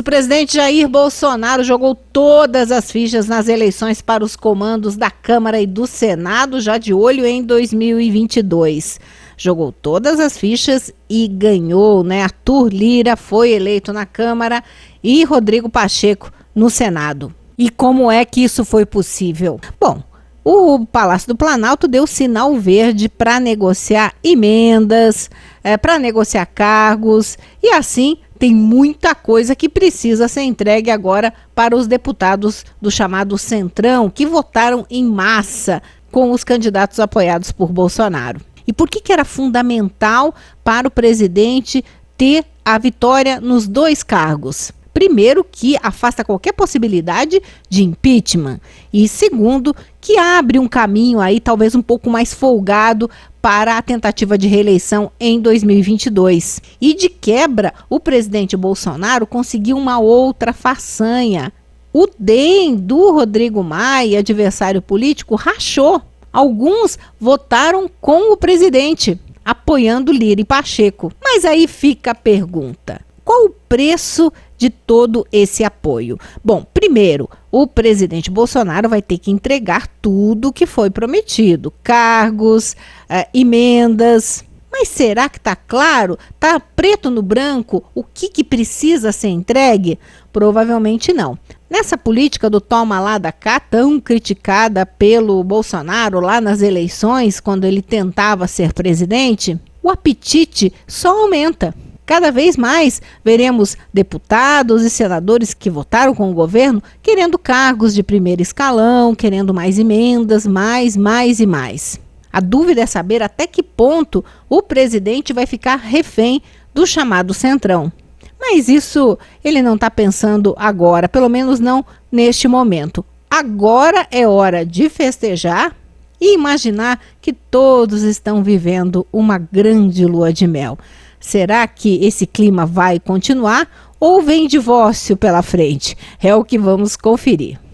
presidente Jair Bolsonaro jogou todas as fichas nas eleições para os comandos da Câmara e do Senado, já de olho em 2022. Jogou todas as fichas e ganhou, né? Arthur Lira foi eleito na Câmara e Rodrigo Pacheco no Senado. E como é que isso foi possível? Bom, o Palácio do Planalto deu sinal verde para negociar emendas, para negociar cargos e assim tem muita coisa que precisa ser entregue agora para os deputados do chamado Centrão, que votaram em massa com os candidatos apoiados por Bolsonaro. E por que era fundamental para o presidente ter a vitória nos dois cargos? Primeiro, que afasta qualquer possibilidade de impeachment. E segundo, que abre um caminho aí talvez um pouco mais folgado para a tentativa de reeleição em 2022. E de quebra, o presidente Bolsonaro conseguiu uma outra façanha. O DEM do Rodrigo Maia, adversário político, rachou. Alguns votaram com o presidente, apoiando Lira e Pacheco. Mas aí fica a pergunta: qual o preço de todo esse apoio? Bom, primeiro, o presidente Bolsonaro vai ter que entregar tudo o que foi prometido, cargos, emendas. Mas será que está claro, está preto no branco o que precisa ser entregue? Provavelmente não. Nessa política do toma lá da cá, tão criticada pelo Bolsonaro lá nas eleições, quando ele tentava ser presidente, o apetite só aumenta. Cada vez mais veremos deputados e senadores que votaram com o governo querendo cargos de primeiro escalão, querendo mais emendas, mais e mais. A dúvida é saber até que ponto o presidente vai ficar refém do chamado Centrão. Mas isso ele não está pensando agora, pelo menos não neste momento. Agora é hora de festejar e imaginar que todos estão vivendo uma grande lua de mel. Será que esse clima vai continuar ou vem divórcio pela frente? É o que vamos conferir.